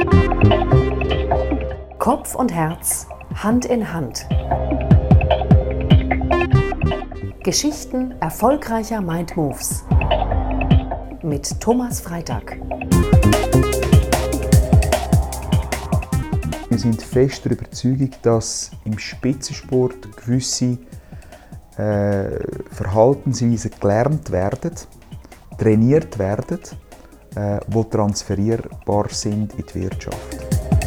Kopf und Herz, Hand in Hand. Geschichten erfolgreicher Mindmoves mit Thomas Freitag. Wir sind fest der Überzeugung, dass im Spitzensport gewisse Verhaltensweisen gelernt werden, trainiert werden, die transferierbar sind in die Wirtschaft.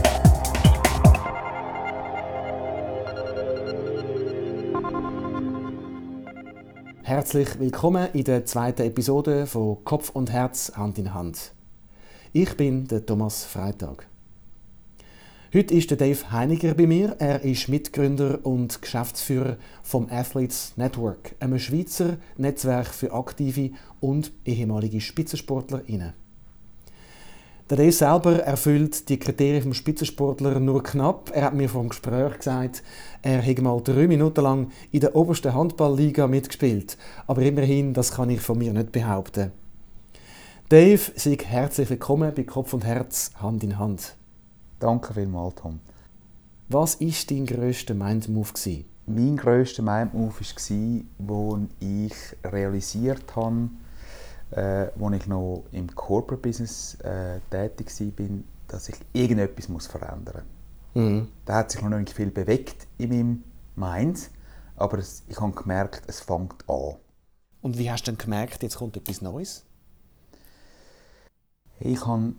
Herzlich willkommen in der zweiten Episode von Kopf und Herz, Hand in Hand. Ich bin der Thomas Freitag. Heute ist der Dave Heiniger bei mir. Er ist Mitgründer und Geschäftsführer vom Athletes Network, einem Schweizer Netzwerk für aktive und ehemalige SpitzensportlerInnen. Der Dave selber erfüllt die Kriterien des Spitzensportler nur knapp. Er hat mir vor dem Gespräch gesagt, er hätte mal 3 Minuten lang in der obersten Handballliga mitgespielt. Aber immerhin, das kann ich von mir nicht behaupten. Dave, sei herzlich willkommen bei Kopf und Herz, Hand in Hand. Danke vielmals, Tom. Was war dein grösster Mindmove? Mein grösster Mindmove war, als ich realisiert habe, als ich noch im Corporate Business tätig war, dass ich irgendetwas verändern muss. Da hat sich noch nicht viel bewegt in meinem Mind, aber ich habe gemerkt, es fängt an. Und wie hast du denn gemerkt, jetzt kommt etwas Neues? Ich habe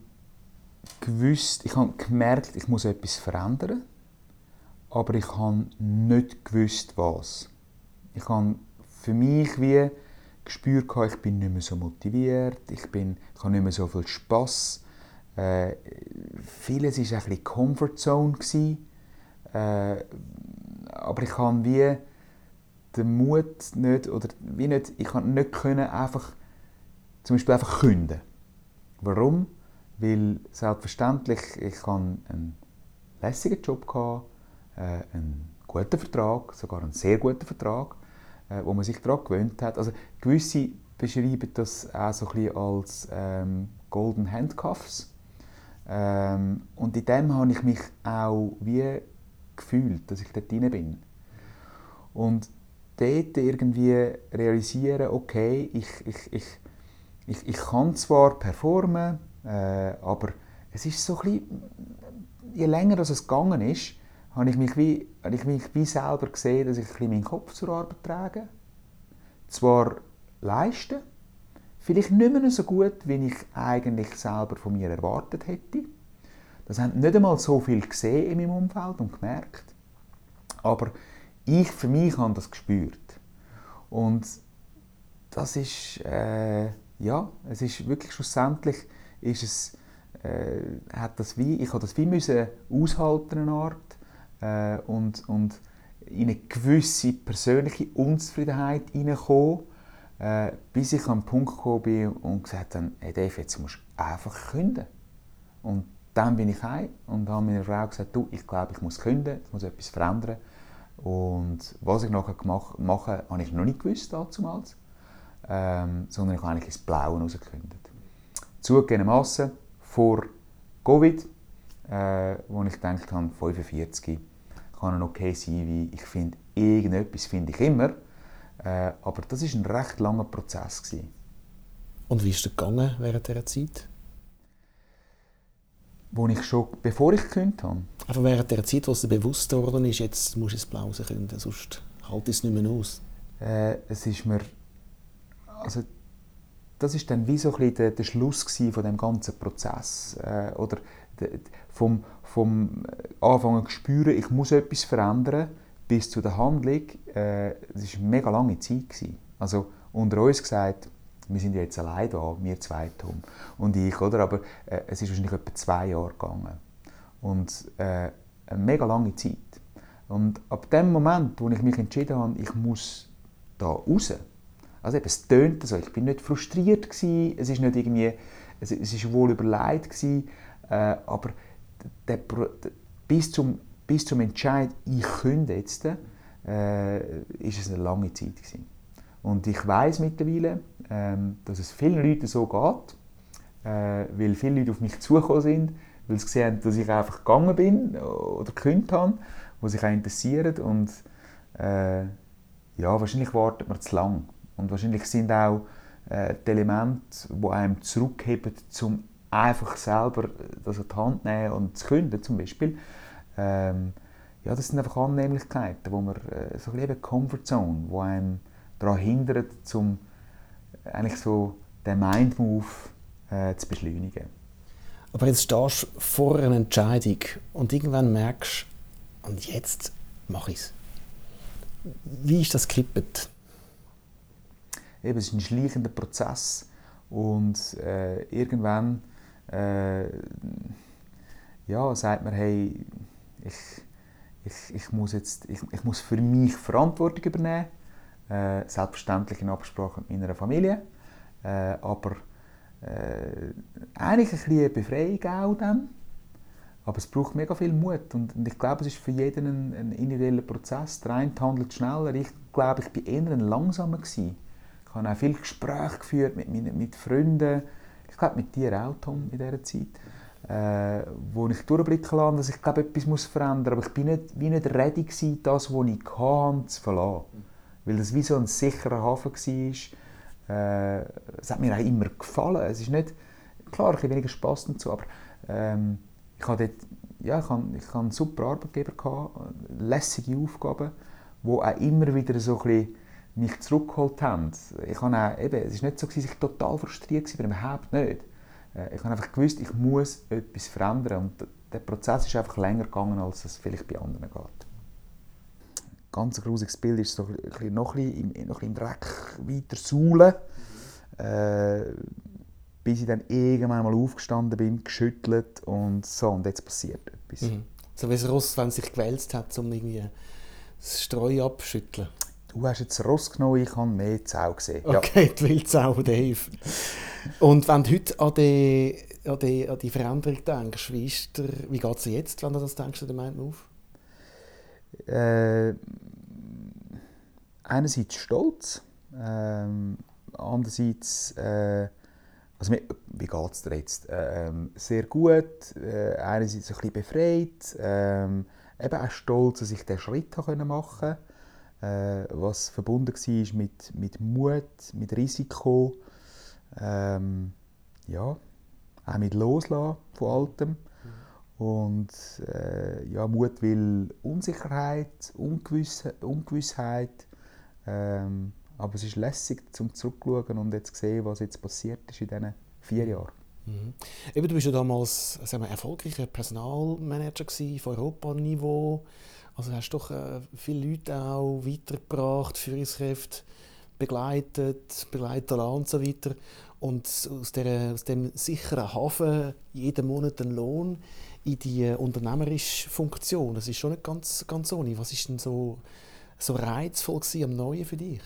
gemerkt, ich muss etwas verändern, aber ich habe nicht gewusst, was. Ich habe für mich wie gespürt, ich bin nicht mehr so motiviert, ich habe nicht mehr so viel Spass. Vieles war ein bisschen Comfortzone, aber ich habe wie den Mut nicht, ich konnte nicht einfach kündigen. Warum? Weil selbstverständlich, ich hatte einen lässigen Job, einen guten Vertrag, sogar einen sehr guten Vertrag, wo man sich daran gewöhnt hat. Also gewisse beschreiben das auch so ein bisschen als Golden Handcuffs. Und in dem habe ich mich auch wie gefühlt, dass ich dort rein bin. Und dort irgendwie realisieren, okay, ich kann zwar performen, aber es ist so ein bisschen, je länger es gegangen ist, habe ich mich wie selber gesehen, dass ich ein bisschen meinen Kopf zur Arbeit trage. Zwar leisten, vielleicht nicht mehr so gut, wie ich eigentlich selber von mir erwartet hätte. Das haben nicht einmal so viel gesehen in meinem Umfeld und gemerkt. Aber ich für mich habe das gespürt. Und das ist, es ist wirklich schlussendlich, ich habe das wie müssen aushalten, eine Art, und in eine gewisse persönliche Unzufriedenheit hineinkommen, bis ich an den Punkt gekommen bin und gesagt habe, hey Dave, jetzt musst du einfach kündigen. Und dann bin ich heim und habe meiner Frau gesagt, du, ich glaube, ich muss kündigen, ich muss etwas verändern. Und was ich nachher mache, habe ich noch nicht gewusst damals, sondern ich habe eigentlich ins Blaue rausgekündigt. Zugegebenermassen vor Covid, wo ich gedacht habe, 45 kann ein okay sein, wie ich finde, irgendetwas finde ich immer. Aber das war ein recht langer Prozess. Und wie ist es gegangen während dieser Zeit? Bevor ich gekündigt habe? Einfach während der Zeit, wo es dir bewusst geworden ist, jetzt musst du ins Blaue kündigen, sonst halte ich es nicht mehr aus. Es ist mir... Also, das war dann wie so ein bisschen der Schluss von dem ganzen Prozess. Oder vom Anfangen zu spüren, ich muss etwas verändern, bis zu der Handlung. Das war eine mega lange Zeit. Also unter uns gesagt, wir sind jetzt allein da, wir zwei, Tom und ich, oder? Aber es ist wahrscheinlich etwa 2 Jahre gegangen. Und eine mega lange Zeit. Und ab dem Moment, wo ich mich entschieden habe, ich muss da raus. Also eben, es tönte so, ich bin nicht frustriert gewesen, es ist nicht irgendwie, es ist wohl überlegt gewesen, aber bis zum Entscheid, ich kündige jetzt, ist es eine lange Zeit gewesen. Und ich weiss mittlerweile, dass es vielen Leuten so geht, weil viele Leute auf mich zugekommen sind, weil sie gesehen haben, dass ich einfach gegangen bin oder gekündigt habe, die sich auch interessieren. Und ja, wahrscheinlich wartet man zu lang. Und wahrscheinlich sind auch die Elemente, die einem zurückheben, um einfach selber das an die Hand nehmen und zu künden, zum Beispiel. Ja, das sind einfach Annehmlichkeiten, wo man so ein bisschen Comfortzone, die einem daran hindert, um eigentlich so den Mind-Move zu beschleunigen. Aber jetzt stehst du vor einer Entscheidung und irgendwann merkst du, und jetzt mache ich es. Wie ist das gekippt? Eben, es ist ein schleichender Prozess und irgendwann ja, sagt man, hey, ich muss für mich Verantwortung übernehmen, selbstverständlich in Absprache mit meiner Familie, aber eigentlich ein bisschen Befreiung auch dann. Aber es braucht mega viel Mut und ich glaube, es ist für jeden ein individueller Prozess. Der eine handelt schneller, ich glaube, ich war eher ein langsamer gewesen. Ich habe auch viele Gespräche geführt mit Freunden, ich glaube mit dir auch, Tom, in dieser Zeit, wo ich durchblicken lasse, dass ich glaube, etwas verändern muss. Aber ich war nicht ready gewesen, das, was ich hatte, zu verlassen. Weil das wie so ein sicherer Hafen war. Es hat mir auch immer gefallen. Es ist nicht, klar, ein bisschen weniger Spass dazu, aber ich hatte dort, ja, ich hatte einen super Arbeitgeber gehabt, lässige Aufgaben, die auch immer wieder so ein bisschen mich zurückgeholt haben. Ich habe auch, eben, es war nicht so, dass ich total frustriert war, überhaupt nicht. Ich habe einfach gewusst, ich muss etwas verändern und der Prozess ist einfach länger gegangen, als es vielleicht bei anderen geht. Ein ganz grusiges Bild ist so noch ein bisschen im Dreck weiter saulen, bis ich dann irgendwann mal aufgestanden bin, geschüttelt und so, und jetzt passiert etwas. Mhm. So wie das Ross, wenn es sich gewälzt hat, um irgendwie das Streu abzuschütteln. Du hast jetzt das Ross genommen, ich habe mehr Sau gesehen. Okay, ja. Die Wildsau, Dave. Und wenn du heute an die Veränderung denkst, wie geht es dir jetzt, wenn du das denkst, der Mind-Move? Einerseits stolz, andererseits, also wie geht es dir jetzt? Sehr gut, einerseits ein bisschen befreit, eben auch stolz, dass ich diesen Schritt machen konnte, was verbunden war mit Mut, mit Risiko, ja, auch mit Loslassen von Altem. Und ja, Mut will Unsicherheit, Ungewissheit, aber es ist lässig, zum zurückzuschauen und jetzt zu sehen, was jetzt passiert ist in diesen 4 Jahren. Mhm. Eben, du warst ja damals, sagen wir, erfolgreicher Personalmanager auf Europaniveau. Also hast doch viele Leute auch weitergebracht, Führungskräfte begleitet und so weiter. Und aus dem sicheren Hafen jeden Monat einen Lohn in die unternehmerische Funktion. Das ist schon nicht ganz ohne. Was war denn so reizvoll am Neuen für dich?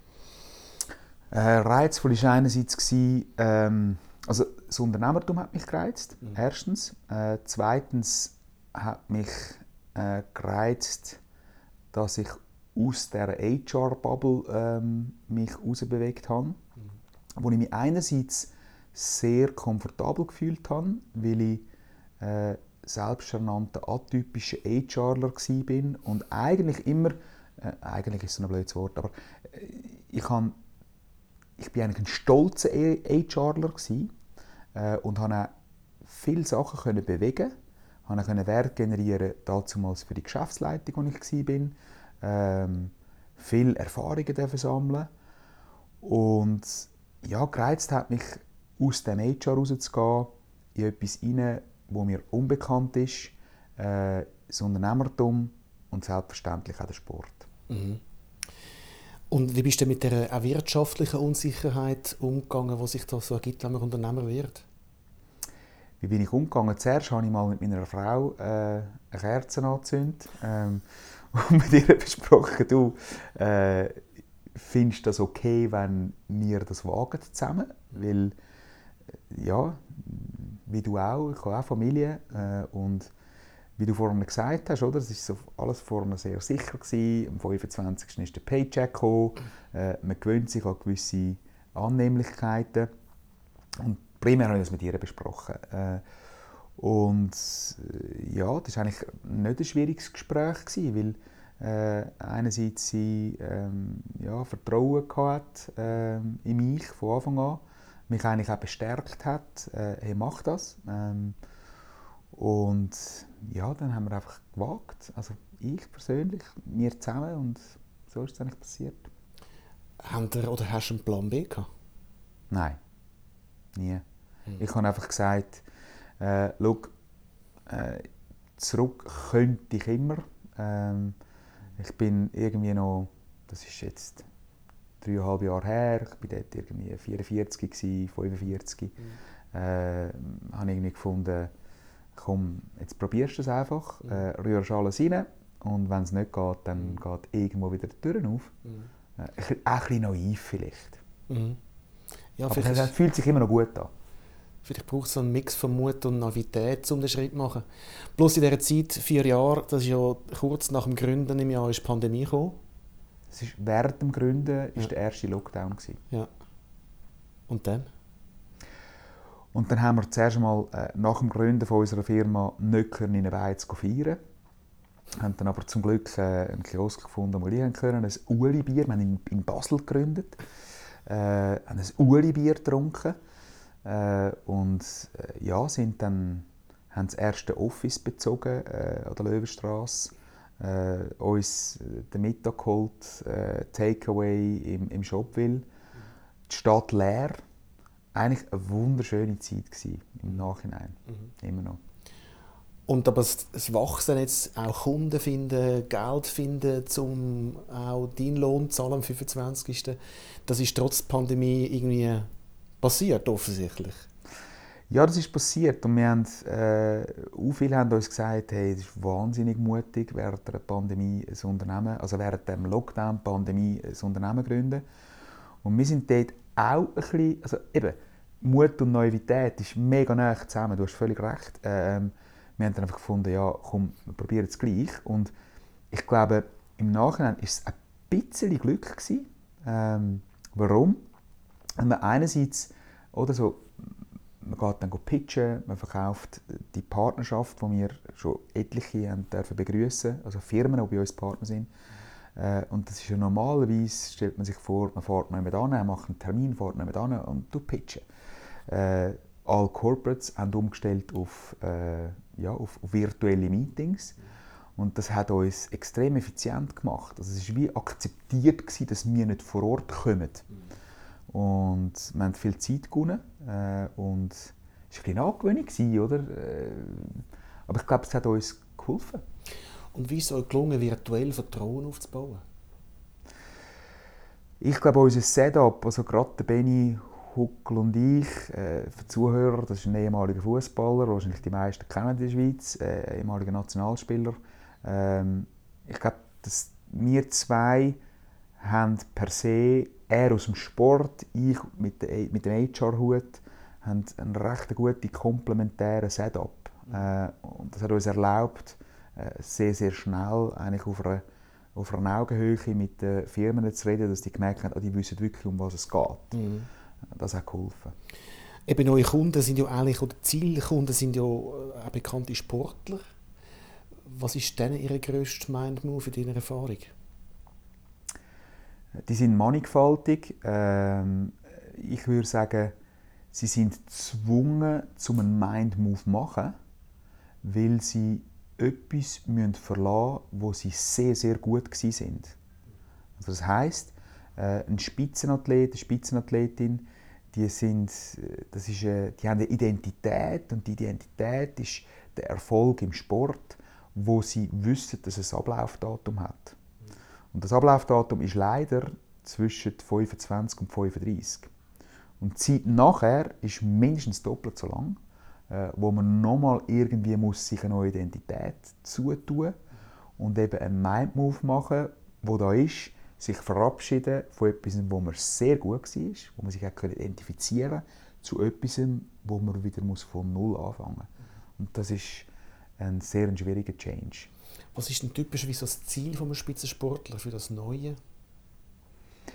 Reizvoll war einerseits, also das Unternehmertum hat mich gereizt, erstens. Zweitens hat mich gereizt, dass ich aus dieser HR-Bubble mich rausbewegt habe, wo ich mich einerseits sehr komfortabel gefühlt habe, weil ich selbsternannter atypischer HRler war und eigentlich immer, eigentlich ist es ein blödes Wort, aber ich bin eigentlich ein stolzer HRler und konnte auch viele Sachen bewegen, konnte Wert generieren, damals für die Geschäftsleitung, wo ich war, viele Erfahrungen sammeln und ja, gereizt hat mich, aus dem HR rauszugehen, in etwas hinein, das mir unbekannt ist, das Unternehmertum und selbstverständlich auch der Sport. Mhm. Und wie bist du mit der auch wirtschaftlichen Unsicherheit umgegangen, die sich da so ergibt, wenn man Unternehmer wird? Wie bin ich umgegangen? Zuerst habe ich mal mit meiner Frau eine Kerze angezündet und mit ihr besprochen, du, findest du das okay, wenn wir das wagen zusammen? Weil, ja, wie du auch, ich habe auch Familie und wie du vorhin gesagt hast, oder? Das war so alles vorhin sehr sicher gewesen. Am 25. ist der Paycheck gekommen. Man gewöhnt sich an gewisse Annehmlichkeiten. Und primär habe ich das mit ihr besprochen. Und ja, das war eigentlich nicht ein schwieriges Gespräch gewesen, weil einerseits sie Vertrauen hatte in mich von Anfang an, mich eigentlich auch bestärkt hat, hey, mach das. Und ja, dann haben wir einfach gewagt, also ich persönlich, wir zusammen, und so ist es eigentlich passiert. Hast du einen Plan B gehabt? Nein, nie. Ich habe einfach gesagt, schau, zurück könnte ich immer. Ich bin irgendwie noch, das ist jetzt 3,5 Jahre her, ich war dort irgendwie 44, 45. Habe irgendwie gefunden, komm, jetzt probierst du es einfach, rührst alles rein, und wenn es nicht geht, dann geht irgendwo wieder die Tür auf. Auch ein bisschen naiv vielleicht. Ja, aber es fühlt sich immer noch gut an. Vielleicht braucht es so einen Mix von Mut und Naivität, um den Schritt zu machen. Bloß in dieser Zeit, 4 Jahre, das ist ja kurz nach dem Gründen im Jahr, ist die Pandemie gekommen. Während dem Gründen war der erste Lockdown. Ja. Und dann? Und dann haben wir zuerst einmal nach dem Gründen von unserer Firma nicht in eine Beiz feiern. Wir haben dann aber zum Glück einen Kiosk gefunden, wo wir können, ein Ueli-Bier. Wir haben in Basel gegründet, haben ein Ueli-Bier getrunken sind dann, haben das erste Office bezogen an der Löwenstrasse, uns den Mittag geholt, Takeaway im Shopville, die Stadt leer. Eigentlich eine wunderschöne Zeit gewesen, im Nachhinein, immer noch. Und aber das Wachsen jetzt, auch Kunden finden, Geld finden, um auch deinen Lohn zu zahlen am 25. Das ist trotz der Pandemie irgendwie passiert, offensichtlich. Ja, das ist passiert. Und wir haben, viele haben uns gesagt, hey, das ist wahnsinnig mutig, während der Pandemie ein Unternehmen, also während der Lockdown-Pandemie ein Unternehmen gründen. Und wir sind dort auch ein bisschen, also eben, Mut und Naivität ist mega nah zusammen, du hast völlig recht. Wir haben dann einfach gefunden, ja, komm, wir probieren es gleich. Und ich glaube, im Nachhinein war es ein bisschen Glück gewesen. Warum? Wenn man einerseits, oder so, man geht dann pitchen, man verkauft die Partnerschaft, die wir schon etliche haben dürfen begrüßen, also Firmen, die bei uns Partner sind. Und das ist ja normalerweise, stellt man sich vor, man fährt nicht mit an, man macht einen Termin, fährt nicht mit an und du pitchen. Alle Corporates haben umgestellt auf virtuelle Meetings. Und das hat uns extrem effizient gemacht. Also es war wie akzeptiert, dass wir nicht vor Ort kommen. Und wir haben viel Zeit gewonnen. Und es war ein bisschen Angewöhnung, oder? Aber ich glaube, es hat uns geholfen. Und wie ist es euch gelungen, virtuell Vertrauen aufzubauen? Ich glaube, unser Setup, also gerade der Benni Huckel und ich, für die Zuhörer, das ist ein ehemaliger Fußballer, wahrscheinlich die meisten kennen in der Schweiz, ehemaliger Nationalspieler. Ich glaube, dass wir zwei haben per se, er aus dem Sport, ich mit dem HR-Hut, haben einen recht guten komplementären Setup. Und das hat uns erlaubt, sehr, sehr schnell eigentlich auf einer Augenhöhe mit den Firmen zu reden, dass die gemerkt haben, die wissen wirklich, um was es geht. Das hat geholfen. Eben, eure Kunden sind ja eigentlich, oder Zielkunden sind ja auch bekannte Sportler. Was ist denn Ihr grösster Mindmove in deiner Erfahrung? Die sind mannigfaltig. Ich würde sagen, sie sind gezwungen, einen Mindmove zu machen, weil sie etwas verlassen müssen, wo sie sehr, sehr gut waren. Also das heisst, ein Spitzenathlet, eine Spitzenathletin, die haben eine Identität, und die Identität ist der Erfolg im Sport, wo sie wissen, dass es ein Ablaufdatum hat. Und das Ablaufdatum ist leider zwischen 25 und 35. Und die Zeit nachher ist mindestens doppelt so lang, wo man nochmal irgendwie muss sich eine neue Identität zutun und eben einen Mindmove machen, wo da ist, sich verabschieden von etwas, wo man sehr gut war, wo man sich auch identifizieren konnte, zu etwas, wo man wieder von Null anfangen muss. Und das ist ein sehr schwieriger Change. Was ist denn typisch wie so das Ziel eines Spitzensportler für das Neue?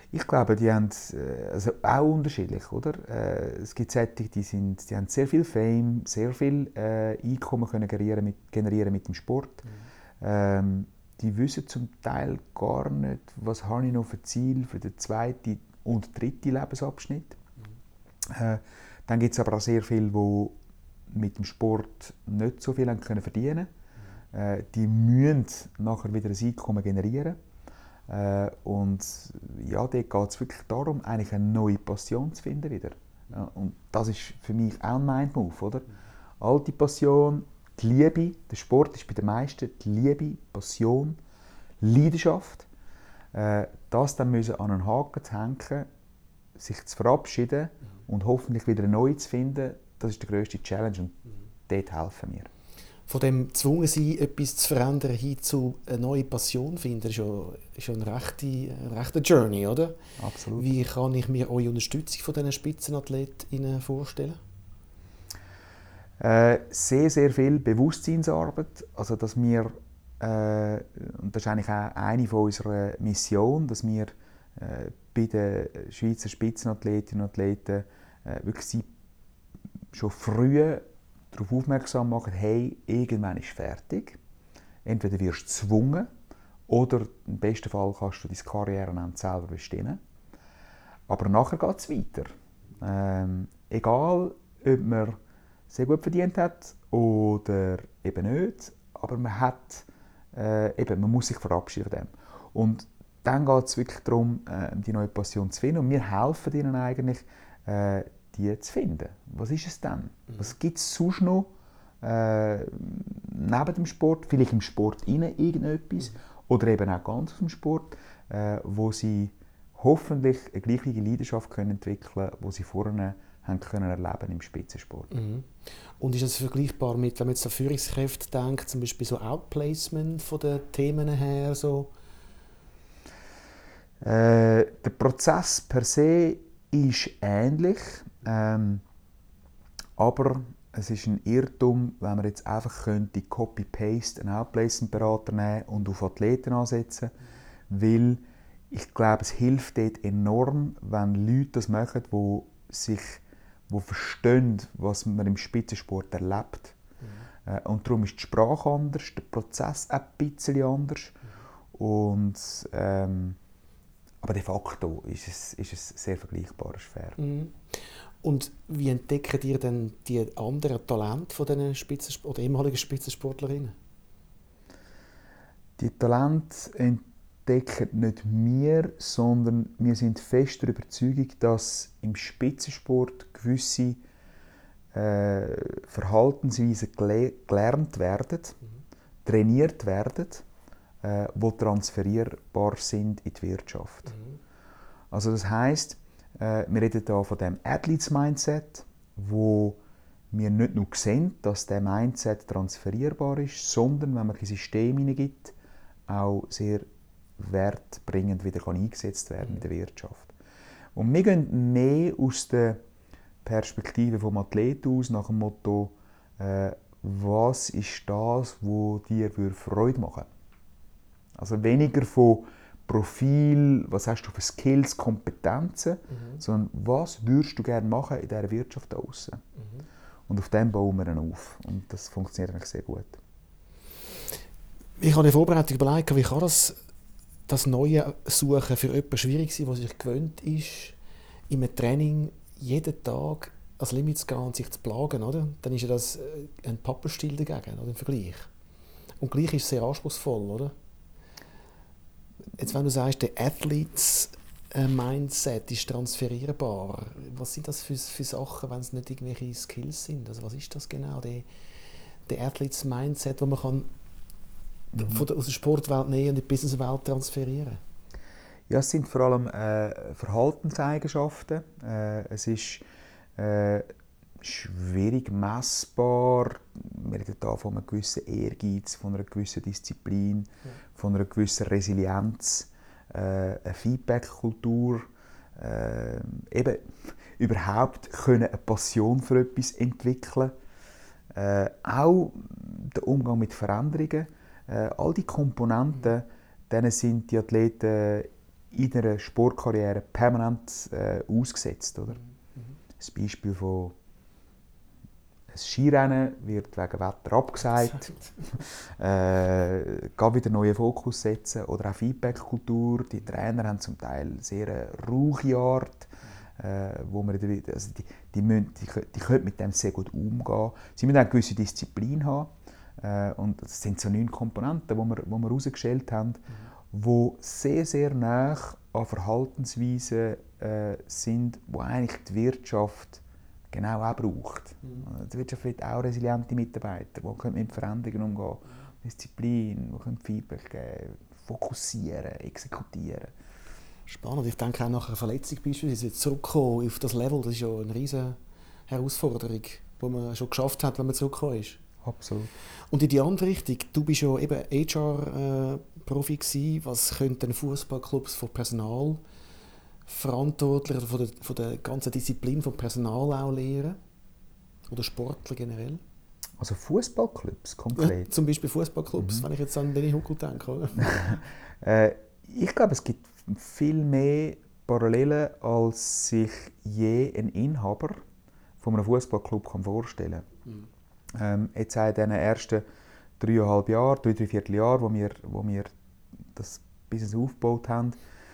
Ich glaube, die haben also auch unterschiedlich, oder? Es gibt solche, die haben sehr viel Fame, sehr viel Einkommen können generieren mit dem Sport. Die wissen zum Teil gar nicht, was habe ich noch für Ziel für den zweiten und dritten Lebensabschnitt. Dann gibt es aber auch sehr viele, die mit dem Sport nicht so viel verdienen können. Die müssen nachher wieder ein Einkommen generieren. Und ja, dort geht es wirklich darum, eigentlich eine neue Passion zu finden wieder. Ja, und das ist für mich auch ein Mindmove, oder? Alte Passion, die Liebe, der Sport ist bei den meisten die Liebe, Passion, Leidenschaft. Das dann müssen an einen Haken zu hängen, sich zu verabschieden und hoffentlich wieder eine neue zu finden, das ist der grösste Challenge und dort helfen wir. Von dem gezwungen sein, etwas zu verändern, hin zu einer neuen Passion finden, ist ja eine rechte Journey, oder? Absolut. Wie kann ich mir eure Unterstützung von diesen SpitzenathletInnen vorstellen? Sehr, sehr viel Bewusstseinsarbeit, also dass wir, und das ist eigentlich auch eine von unserer Mission, dass wir bei den Schweizer Spitzenathletinnen und Athleten wirklich sie schon früh darauf aufmerksam machen, hey, irgendwann ist fertig. Entweder wirst du gezwungen oder im besten Fall kannst du deine Karrierenende selber bestimmen. Aber nachher geht es weiter. Egal, ob man sehr gut verdient hat oder eben nicht, aber man muss sich verabschieden von dem. Und dann geht es wirklich darum, die neue Passion zu finden und wir helfen ihnen eigentlich, die zu finden. Was ist es denn? Was gibt es sonst noch neben dem Sport, vielleicht im Sport irgendetwas oder eben auch ganz aus dem Sport, wo sie hoffentlich eine gleiche Leidenschaft können entwickeln können, die sie vorher haben können erleben im Spitzensport. Und ist das vergleichbar mit, wenn man jetzt an Führungskräfte denkt, zum Beispiel so Outplacement von den Themen her? So? Der Prozess per se ist ähnlich, aber es ist ein Irrtum, wenn man jetzt einfach könnte Copy-Paste einen Outplacement-Berater nehmen und auf Athleten ansetzen, weil ich glaube, es hilft dort enorm, wenn Leute das machen, die verstehen, was man im Spitzensport erlebt. Und darum ist die Sprache anders, der Prozess ein bisschen anders. Und, aber de facto ist es sehr vergleichbar, ist fair. Und wie entdeckt ihr denn die anderen Talente von diesen oder ehemaligen Spitzensportlerinnen? Die Talente entdecken nicht wir, sondern wir sind fest der Überzeugung, dass im Spitzensport gewisse Verhaltensweisen gelernt werden, trainiert werden, die transferierbar sind in die Wirtschaft. Also das heisst, wir reden hier von dem Athletes-Mindset, wo wir nicht nur sehen, dass der Mindset transferierbar ist, sondern wenn man ein System hineingibt, auch sehr wertbringend wieder eingesetzt werden in der Wirtschaft. Und wir gehen mehr aus der Perspektive des Athleten aus, nach dem Motto, was ist das, was dir Freude machen würde. Also weniger von Profil, was hast du für Skills, Kompetenzen, sondern was würdest du gerne machen in dieser Wirtschaft da draussen. Und auf dem bauen wir dann auf. Und das funktioniert eigentlich sehr gut. Ich habe in der Vorbereitung überlegt, wie kann das Neue Suchen für jemanden schwierig sein, der sich gewöhnt ist, in einem Training jeden Tag ans Limit zu gehen und sich zu plagen, oder? Dann ist ja das ein Pappenstiel dagegen, oder, im Vergleich. Und gleich ist es sehr anspruchsvoll, oder? Jetzt, wenn du sagst, der Athletes-Mindset ist transferierbar, was sind das für Sachen, wenn es nicht irgendwelche Skills sind? Also was ist das genau, der Athletes-Mindset, den man kann aus der Sportwelt nehmen und in die Businesswelt transferieren? Ja, es sind vor allem Verhaltenseigenschaften. Es ist schwierig messbar. Wir reden hier von einem gewissen Ehrgeiz, von einer gewissen Disziplin, von einer gewissen Resilienz, eine Feedback-Kultur, eben überhaupt eine Passion für etwas entwickeln, auch der Umgang mit Veränderungen. All die Komponenten, denen sind die Athleten in einer Sportkarriere permanent ausgesetzt. Oder? Ein Beispiel von ein Skirennen wird wegen Wetter abgesagt. Geht wieder neuen Fokus setzen. Oder auch Feedback-Kultur. Die Trainer haben zum Teil sehr eine rauche Art. Wo man, also die können mit dem sehr gut umgehen. Sie müssen auch eine gewisse Disziplin haben. Und das sind so 9 Komponenten, die wir herausgestellt haben, die sehr, sehr nah an Verhaltensweisen sind, die eigentlich die Wirtschaft genau auch braucht. Die Wirtschaft will auch resiliente Mitarbeiter, die mit Veränderungen umgehen können, Disziplin, die Feedback geben, fokussieren, exekutieren. Spannend. Ich denke auch nach einer Verletzung beispielsweise zurückkommen auf das Level, das ist ja eine riesige Herausforderung, die man schon geschafft hat, wenn man zurückgekommen ist. Absolut. Und in die andere Richtung, du bist ja eben HR-Profi gewesen. Was können denn Fußballclubs von Personal verantwortlich oder von der ganzen Disziplin vom Personal auch lernen? Oder Sportler generell? Also Fußballclubs konkret? Ja, zum Beispiel Fußballclubs, wenn ich jetzt an Lenny Huckel denke. Oder? Ich glaube, es gibt viel mehr Parallelen, als sich je ein Inhaber von einem Fußballclub vorstellen kann. Jetzt in den ersten 3,5 Jahren, 3 Jahre, wo wir das Business aufgebaut haben,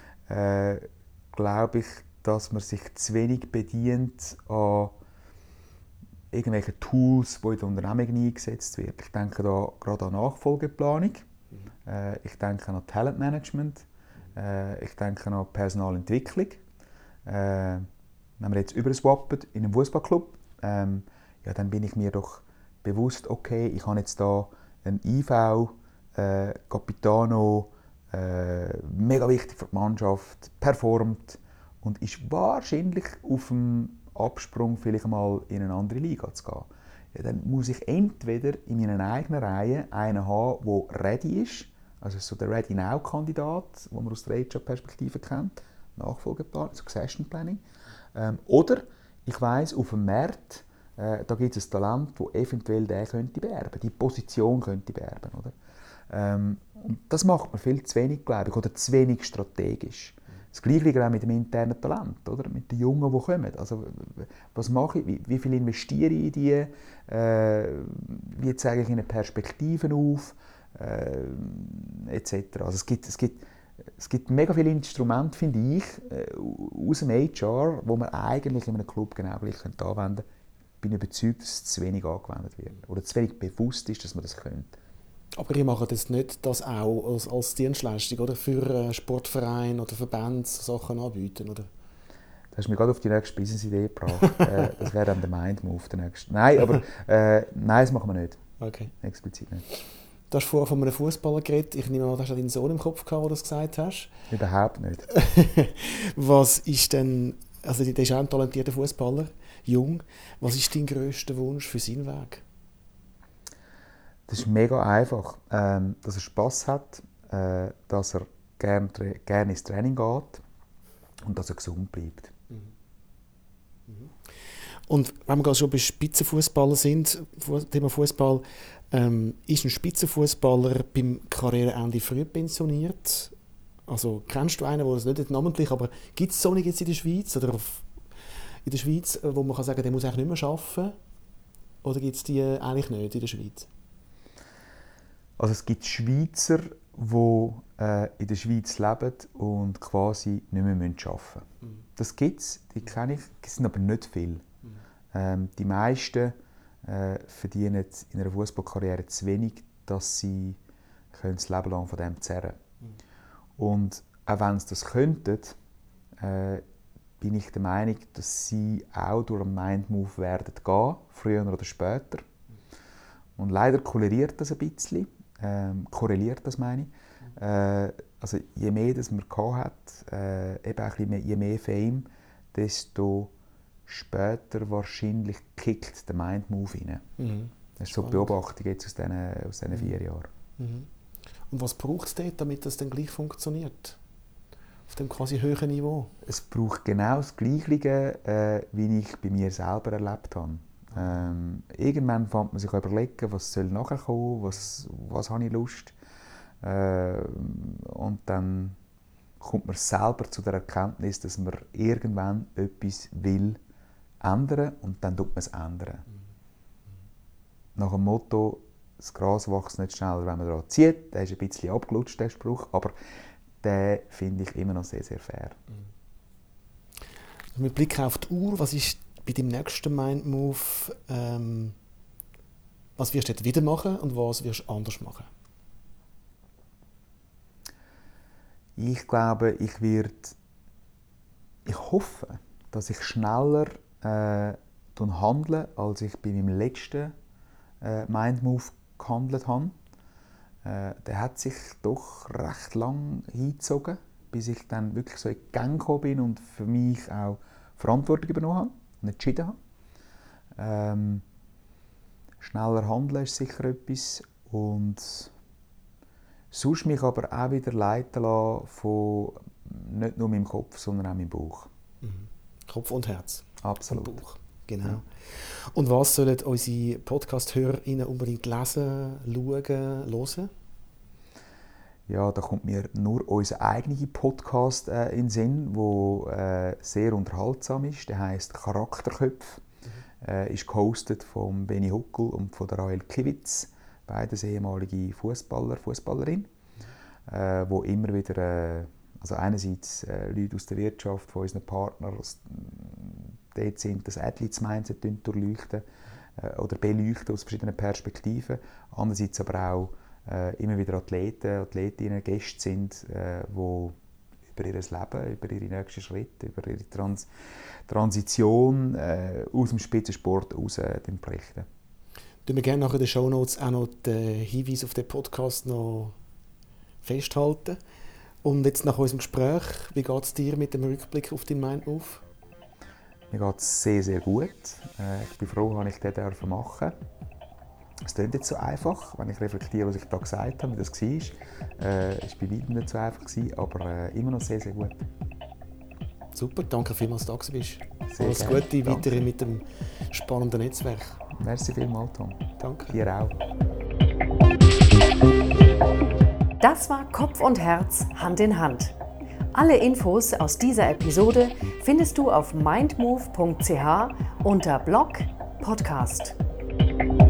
glaube ich, dass man sich zu wenig bedient an irgendwelchen Tools, die in der Unternehmung eingesetzt werden. Ich denke da gerade an Nachfolgeplanung, ich denke an Talentmanagement, ich denke an Personalentwicklung. Wenn wir jetzt überswappen in einem Fußballclub, ja, dann bin ich mir doch bewusst, okay, ich habe jetzt da einen IV, Capitano, mega wichtig für die Mannschaft, performt und ist wahrscheinlich auf dem Absprung vielleicht mal in eine andere Liga zu gehen. Ja, dann muss ich entweder in meiner eigenen Reihe einen haben, der ready ist, also so der Ready-Now-Kandidat, den man aus der HR-Perspektive kennt, Nachfolgeplan, Succession Planning, oder ich weiss, auf dem Markt, da gibt es ein Talent, das eventuell den könnte beerben, die Position könnte beerben, oder? Und das macht man viel zu wenig, glaube ich, oder zu wenig strategisch. Das Gleiche auch mit dem internen Talent, oder? Mit den Jungen, die kommen. Also, was mache ich? Wie viel investiere ich in die? Wie zeige ich ihnen Perspektiven auf? Etc. Also es gibt mega viele Instrumente, finde ich, aus dem HR, die man eigentlich in einem Club genau gleich anwenden könnte. Ich bin überzeugt, dass es zu wenig angewendet wird. Oder zu wenig bewusst ist, dass man das könnte. Aber ihr macht das nicht das auch als Dienstleistung oder für Sportvereine oder Verbände Sachen anbieten, oder? Du hast mich gerade auf die nächste Business-Idee gebracht. Das wäre dann der Mindmove. Der nächste. Nein, aber nein, das machen wir nicht. Okay. Explizit nicht. Du hast vorher von einem Fußballer geredet. Ich nehme an, du hast deinen Sohn im Kopf gehabt, wo du das gesagt hast. Überhaupt nicht. Was ist denn, also der ist auch ein talentierter Fußballer, jung. Was ist dein grösster Wunsch für seinen Weg? Das ist mega einfach. Dass er Spass hat, dass er gerne ins Training geht und dass er gesund bleibt. Und wenn wir gerade schon bei Spitzenfußballer sind, Thema Fußball, ist ein Spitzenfußballer beim Karriereende früh pensioniert? Also kennst du einen, der das nicht namentlich, aber gibt es so jetzt in der Schweiz oder in der Schweiz, wo man kann sagen, der muss eigentlich nicht mehr arbeiten? Oder gibt es die eigentlich nicht in der Schweiz? Also es gibt Schweizer, die in der Schweiz leben und quasi nicht mehr arbeiten müssen. Das gibt es, die kenne ich, es sind aber nicht viele. Die meisten verdienen in einer Fußballkarriere zu wenig, dass sie das Leben lang von dem zehren können. Und auch wenn sie das könnten, bin ich der Meinung, dass sie auch durch einen Mindmove werden gehen, früher oder später. Und leider korreliert das ein bisschen. Also je mehr das man hat, eben ein bisschen mehr, je mehr Fame, desto später wahrscheinlich kickt der Mindmove rein. Das ist so die Beobachtung jetzt aus diesen 4 Jahren. Und was braucht es dort, damit das dann gleich funktioniert? Auf dem quasi höheren Niveau? Es braucht genau das Gleiche, wie ich bei mir selber erlebt habe. Irgendwann fängt man sich überlegen, was soll nachher kommen, was habe ich Lust. Und dann kommt man selber zu der Erkenntnis, dass man irgendwann etwas will ändern und dann tut man es ändern. Nach dem Motto, das Gras wächst nicht schneller, wenn man daran zieht. Der ist ein bisschen abgelutscht, der Spruch, aber den finde ich immer noch sehr, sehr fair. Mit Blick auf die Uhr, was ist bei deinem nächsten Mindmove, was wirst du dort wieder machen und was wirst du anders machen? Ich glaube, ich hoffe, dass ich schneller handle, als ich bei meinem letzten Mindmove gehandelt habe. Der hat sich doch recht lang hingezogen, bis ich dann wirklich so in die Gänge gekommen bin und für mich auch Verantwortung übernommen habe und entschieden habe. Schneller handeln ist sicher etwas und sonst mich aber auch wieder leiten lassen von nicht nur meinem Kopf, sondern auch meinem Bauch. Kopf und Herz. Absolut. Und Bauch. Genau. Ja. Und was sollen unsere Podcast-HörerInnen unbedingt lesen, schauen, hören? Ja, da kommt mir nur unser eigener Podcast in den Sinn, der sehr unterhaltsam ist. Der heisst «Charakterköpfe». Ist gehostet von Benny Huckel und von der Rahel Kivitz, beides ehemalige Fußballerin, wo immer wieder, also einerseits Leute aus der Wirtschaft, von unseren Partnern, dort sind, das Athletes-Mindset durchleuchten oder beleuchten aus verschiedenen Perspektiven, andererseits aber auch immer wieder Athleten, Athletinnen, Gäste sind, die über ihr Leben, über ihre nächsten Schritte, über ihre Transition aus dem Spitzensport raus berichten. Wir gerne nachher in den Shownotes auch noch den Hinweis auf den Podcast noch festhalten. Und jetzt nach unserem Gespräch, wie geht es dir mit dem Rückblick auf deinen Mindmove? Mir geht es sehr, sehr gut. Ich bin froh, dass ich das machen durfte. Es klingt jetzt so einfach, wenn ich reflektiere, was ich da gesagt habe, wie das war. Es war bei weitem nicht so einfach, aber immer noch sehr, sehr gut. Super, danke vielmals, dass du da bist. Alles Gute weiterhin mit dem spannenden Netzwerk. Merci vielmals, Tom. Danke. Dir auch. Das war Kopf und Herz Hand in Hand. Alle Infos aus dieser Episode findest du auf mindmove.ch unter Blog Podcast.